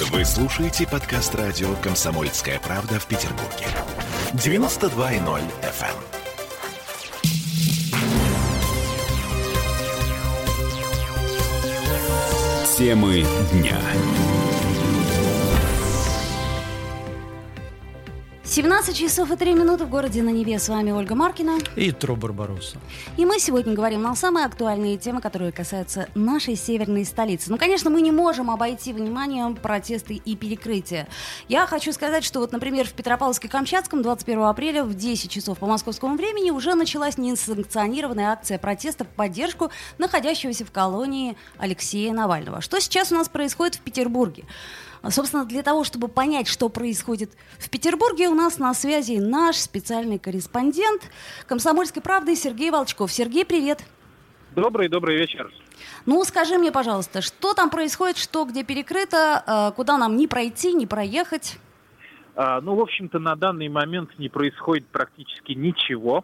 Вы слушаете подкаст радио «Комсомольская правда» в Петербурге. 92.0 FM. Темы дня. 17 часов и 3 минуты в городе на Неве. С вами Ольга Маркина и Тро Барбаросса. И мы сегодня говорим на самые актуальные темы, которые касаются нашей северной столицы. Ну, конечно, мы не можем обойти вниманием протесты и перекрытия. Я хочу сказать, что вот, например, в Петропавловске-Камчатском 21 апреля в 10 часов по московскому времени уже началась несанкционированная акция протеста в поддержку находящегося в колонии Алексея Навального. Что сейчас у нас происходит в Петербурге? Собственно, для того, чтобы понять, что происходит в Петербурге, у нас на связи наш специальный корреспондент «Комсомольской правды» Сергей Волчков. Сергей, привет. Добрый вечер. Ну, скажи мне, пожалуйста, что там происходит, что где перекрыто, куда нам не пройти, не проехать? В общем-то, на данный момент не происходит практически ничего.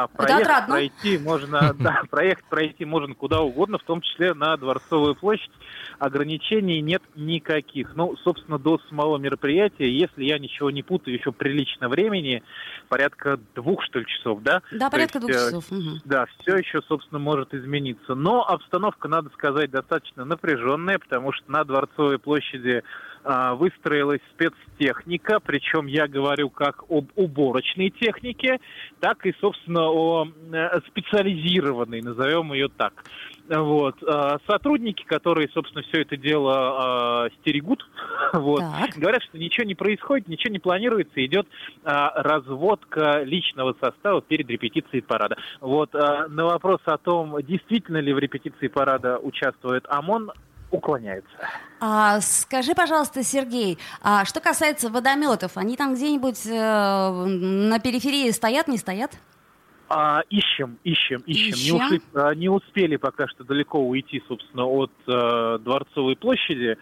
Проехать пройти можно куда угодно, в том числе на Дворцовую площадь. Ограничений нет никаких. Собственно, до самого мероприятия, если я ничего не путаю, еще прилично времени, порядка 2, часов, да? Да, порядка 2 часов. Да, все еще, собственно, может измениться. Но обстановка, надо сказать, достаточно напряженная, потому что на Дворцовой площади выстроилась спецтехника, причем я говорю как об уборочной технике, так и, собственно, о специализированной, назовем ее так. Сотрудники, которые, собственно, все это дело стерегут, говорят, что ничего не происходит, ничего не планируется, идет разводка личного состава перед репетицией парада. На вопрос о том, действительно ли в репетиции парада участвует ОМОН, уклоняется. Скажи, пожалуйста, Сергей, что касается водометов, они там где-нибудь на периферии стоят, не стоят? Ищем. Не успели пока что далеко уйти, собственно, от Дворцовой площади,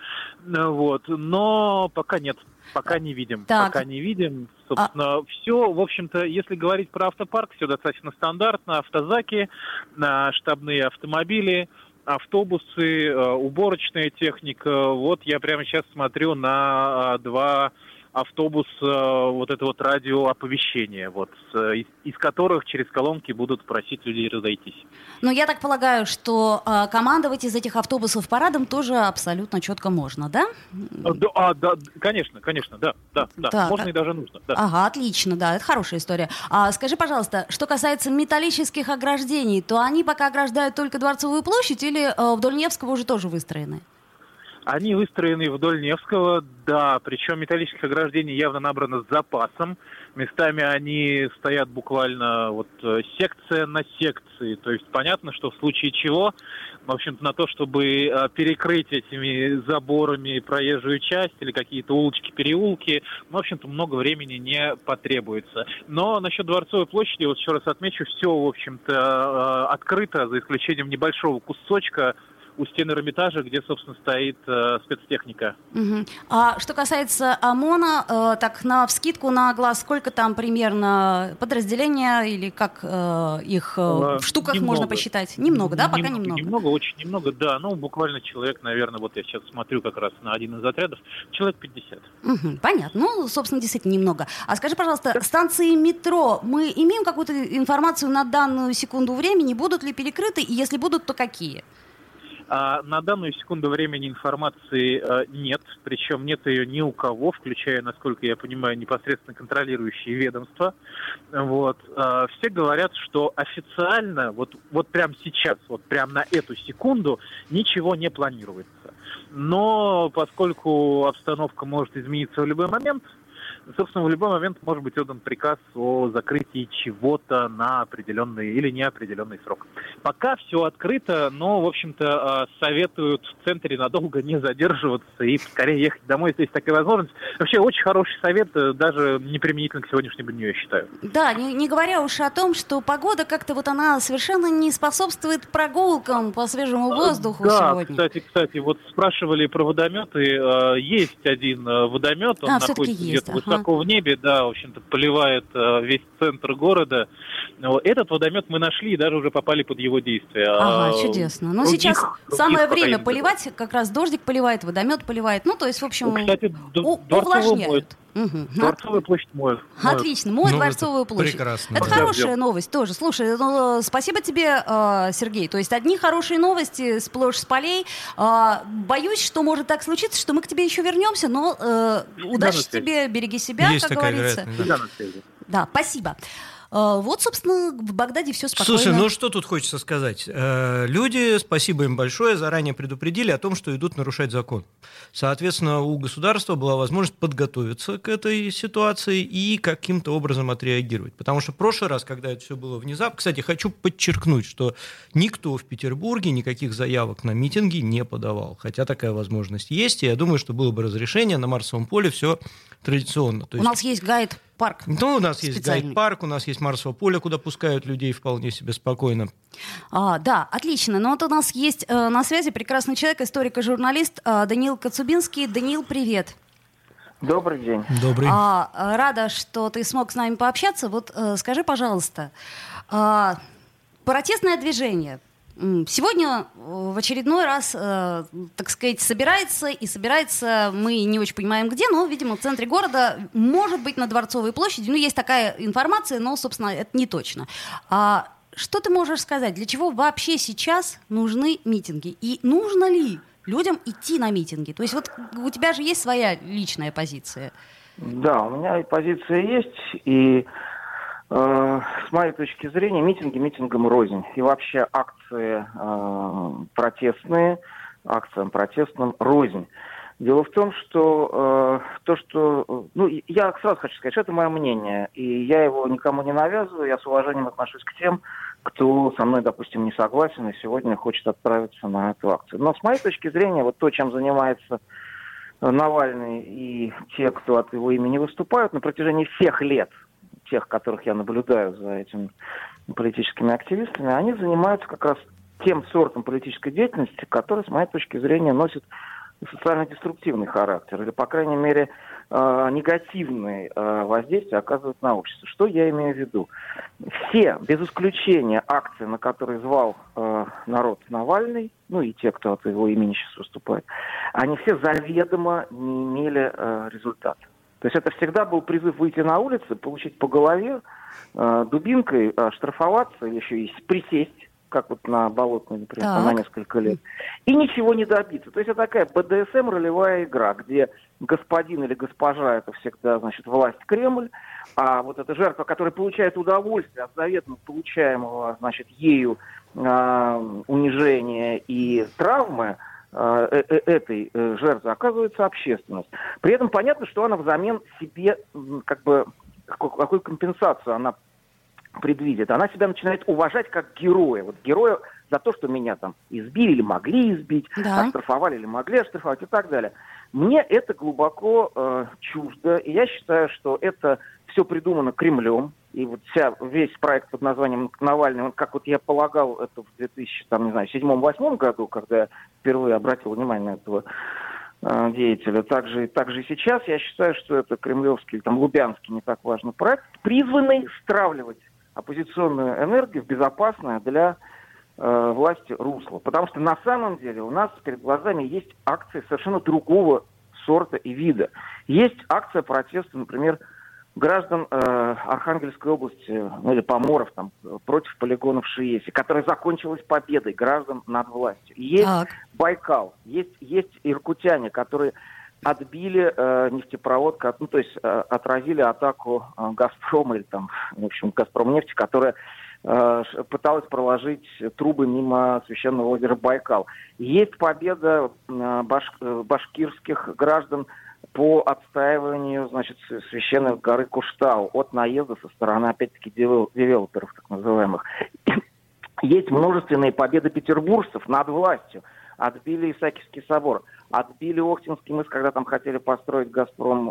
но пока нет. Пока не видим. Собственно, все, в общем-то, если говорить про автопарк, все достаточно стандартно. Автозаки, штабные автомобили, автобусы, уборочная техника. Я прямо сейчас смотрю на 2 автобуса этого радиооповещения, из которых через колонки будут просить людей разойтись. Но я так полагаю, что командовать из этих автобусов парадом тоже абсолютно четко можно, да? Да, конечно, да. Можно и даже нужно. Да. Ага, отлично, да, это хорошая история. Скажи, пожалуйста, что касается металлических ограждений, то они пока ограждают только Дворцовую площадь или вдоль Невского уже тоже выстроены? Они выстроены вдоль Невского, да, причем металлических ограждений явно набрано с запасом. Местами они стоят буквально секция на секции. То есть понятно, что в случае чего, в общем-то, на то, чтобы перекрыть этими заборами проезжую часть или какие-то улочки, переулки, в общем-то, много времени не потребуется. Но насчет Дворцовой площади, еще раз отмечу, все, в общем-то, открыто, за исключением небольшого кусочка у стены Эрмитажа, где, собственно, стоит спецтехника. Угу. А что касается ОМОНа, так навскидку на глаз, сколько там примерно подразделения или как их в штуках немного. Можно посчитать? Немного, да? Пока немного? Немного, очень немного, да. Буквально человек, наверное, я сейчас смотрю как раз на один из отрядов, человек 50. Угу, понятно. Собственно, действительно немного. А скажи, пожалуйста, станции метро, мы имеем какую-то информацию на данную секунду времени? Будут ли перекрыты? И если будут, то какие? На данную секунду времени информации нет, причем нет ее ни у кого, включая, насколько я понимаю, непосредственно контролирующие ведомства. Все говорят, что официально, прямо сейчас, прямо на эту секунду ничего не планируется. Но поскольку обстановка может измениться в любой момент, собственно, в любой момент может быть отдан приказ о закрытии чего-то на определенный или неопределенный срок. Пока все открыто, но, в общем-то, советуют в центре надолго не задерживаться и скорее ехать домой, если есть такая возможность. Вообще, очень хороший совет, даже не применительно к сегодняшнему дню, я считаю. Да, не говоря уж о том, что погода как-то она совершенно не способствует прогулкам по свежему воздуху сегодня. Да, кстати, спрашивали про водометы. Есть один водомет, он находится где-то высоко в небе, да, в общем-то, поливает весь центр города. Этот водомет мы нашли и даже уже попали под его действие. Ага, чудесно. Ну, сейчас самое время поливать, как раз дождик поливает, водомет поливает. Ну, то есть, в общем, кстати, увлажняют. Угу. Дворцовую площадь моют. Отлично, моют Дворцовую площадь. Прекрасно. Это хорошая новость тоже. Слушай, спасибо тебе, Сергей. То есть одни хорошие новости сплошь с полей. Боюсь, что может так случиться, что мы к тебе еще вернемся, но удачи тебе, береги себя, есть как говорится. Да, спасибо. Вот, собственно, в Багдаде все спокойно. Слушай, ну что тут хочется сказать? Люди, спасибо им большое, заранее предупредили о том, что идут нарушать закон. Соответственно, у государства была возможность подготовиться к этой ситуации и каким-то образом отреагировать. Потому что в прошлый раз, когда это все было внезапно... Кстати, хочу подчеркнуть, что никто в Петербурге никаких заявок на митинги не подавал. Хотя такая возможность есть, и я думаю, что было бы разрешение на Марсовом поле, все традиционно. У нас есть гайд-парк. Ну, у нас есть гайд-парк, у нас есть Марсово поле, куда пускают людей вполне себе спокойно. Да, отлично. Но вот у нас есть на связи прекрасный человек, историк и журналист Даниил Коцубинский. Даниил, привет. Добрый день. Добрый. Рада, что ты смог с нами пообщаться. Вот скажи, пожалуйста, протестное движение сегодня в очередной раз, так сказать, собирается, мы не очень понимаем где, но, видимо, в центре города, может быть, на Дворцовой площади. Ну, есть такая информация, но, собственно, это не точно. Что ты можешь сказать? Для чего вообще сейчас нужны митинги? И нужно ли людям идти на митинги? То есть вот у тебя же есть своя личная позиция. Да, у меня и позиция есть, и с моей точки зрения митинги митингам рознь. И вообще акции протестные, акциям протестным рознь. Дело в том, что я сразу хочу сказать, что это мое мнение, и я его никому не навязываю, я с уважением отношусь к тем, кто со мной, допустим, не согласен и сегодня хочет отправиться на эту акцию. Но с моей точки зрения, вот то, чем занимается Навальный и те, кто от его имени выступают на протяжении всех лет, тех, которых я наблюдаю за этими политическими активистами, они занимаются как раз тем сортом политической деятельности, который, с моей точки зрения, носит социально-деструктивный характер, или, по крайней мере, негативные воздействия оказывают на общество. Что я имею в виду? Все, без исключения, акции, на которые звал народ Навальный, ну и те, кто от его имени сейчас выступает, они все заведомо не имели результата. То есть это всегда был призыв выйти на улицу, получить по голове дубинкой, штрафоваться, или еще и присесть, как вот на Болотной, например, на несколько лет, и ничего не добиться. То есть это такая БДСМ ролевая игра, где господин или госпожа — это всегда, значит, власть Кремль, а вот эта жертва, которая получает удовольствие от заветно получаемого, значит, ею унижения и травмы, этой жертвы оказывается общественность. При этом понятно, что она взамен себе, как бы, какую компенсацию она предвидит. Она себя начинает уважать как героя. Вот героя за то, что меня там избили или могли избить, оштрафовали или могли оштрафовать и так далее. Мне это глубоко чуждо, и я считаю, что это все придумано Кремлем. И вот весь проект под названием «Навальный», он, как вот я полагал, это в 2007-2008 году, когда я впервые обратил внимание на этого деятеля, также и сейчас, я считаю, что это кремлевский, там, лубянский, не так важный проект, призванный стравливать оппозиционную энергию в безопасное для власти русло. Потому что на самом деле у нас перед глазами есть акции совершенно другого сорта и вида. Есть акция протеста, например, граждан Архангельской области, или поморов, там, против полигонов в Шиесе, которая закончилась победой граждан над властью. Есть Байкал, есть иркутяне, которые отбили нефтепровод, ну, то есть отразили атаку Газпрома, или там, в общем, Газпромнефти, которая пыталась проложить трубы мимо священного озера Байкал. Есть победа башкирских граждан по отстаиванию, значит, священной горы Куштау от наезда со стороны, опять-таки, девелоперов, так называемых. Есть множественные победы петербуржцев над властью. Отбили Исаакиевский собор, отбили Охтинский мыс, когда там хотели построить «Газпром»,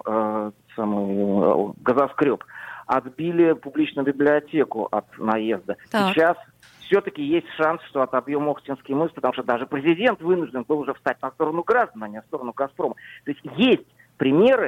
газоскреб. Отбили публичную библиотеку от наезда. Сейчас все-таки есть шанс, что отобьем Охтинский мыс, потому что даже президент вынужден был уже встать на сторону граждан, а не на сторону «Газпрома». То есть примеры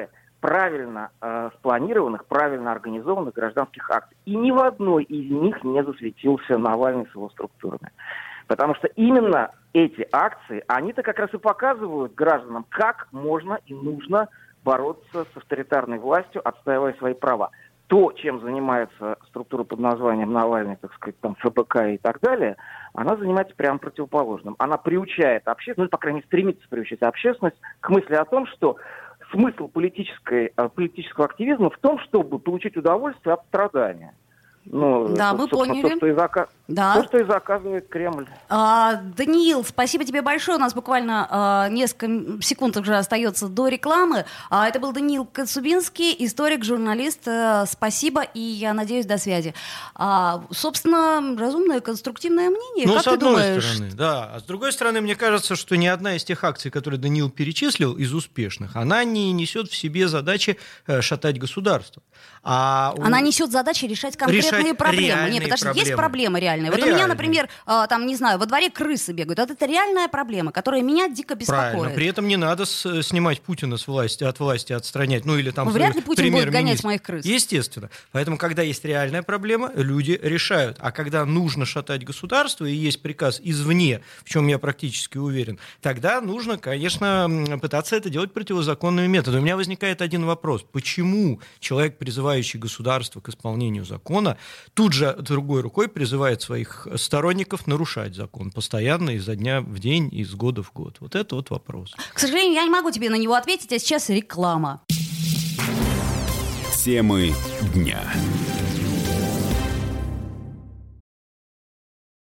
правильно спланированных, правильно организованных гражданских акций. И ни в одной из них не засветился Навальный с его структурами. Потому что именно эти акции, они-то как раз и показывают гражданам, как можно и нужно бороться с авторитарной властью, отстаивая свои права. То, чем занимается структура под названием Навальный, так сказать, там ФБК и так далее, она занимается прямо противоположным. Она приучает общественность, ну, по крайней мере, стремится приучить общественность к мысли о том, что смысл политического активизма в том, чтобы получить удовольствие от страдания. Ну, да, мы поняли. То, что и заказывает Кремль. Даниил, спасибо тебе большое. У нас буквально несколько секунд уже остается до рекламы. Это был Даниил Коцубинский, историк, журналист. Спасибо, и я надеюсь, до связи. Собственно, разумное, конструктивное мнение. Как с одной ты думаешь? стороны, да. А с другой стороны, мне кажется, что ни одна из тех акций, которые Даниил перечислил, из успешных, она не несет в себе задачи шатать государство. Она несет задачи решать конкретные проблемы. Нет, потому что есть проблемы реальные. Вот у меня, например, там, не знаю, во дворе крысы бегают. Вот это реальная проблема, которая меня дико беспокоит. Правильно. При этом не надо снимать Путина от власти, отстранять. Ну, или там вряд ли Путин будет гонять моих крыс. Естественно. Поэтому, когда есть реальная проблема, люди решают. А когда нужно шатать государство, и есть приказ извне, в чем я практически уверен, тогда нужно, конечно, пытаться это делать противозаконными методами. У меня возникает один вопрос. Почему человек, призывающий государство к исполнению закона, тут же другой рукой призывает своих сторонников нарушать закон постоянно, изо дня в день, из года в год? Вот это вот вопрос. К сожалению, я не могу тебе на него ответить, а сейчас реклама. Темы дня.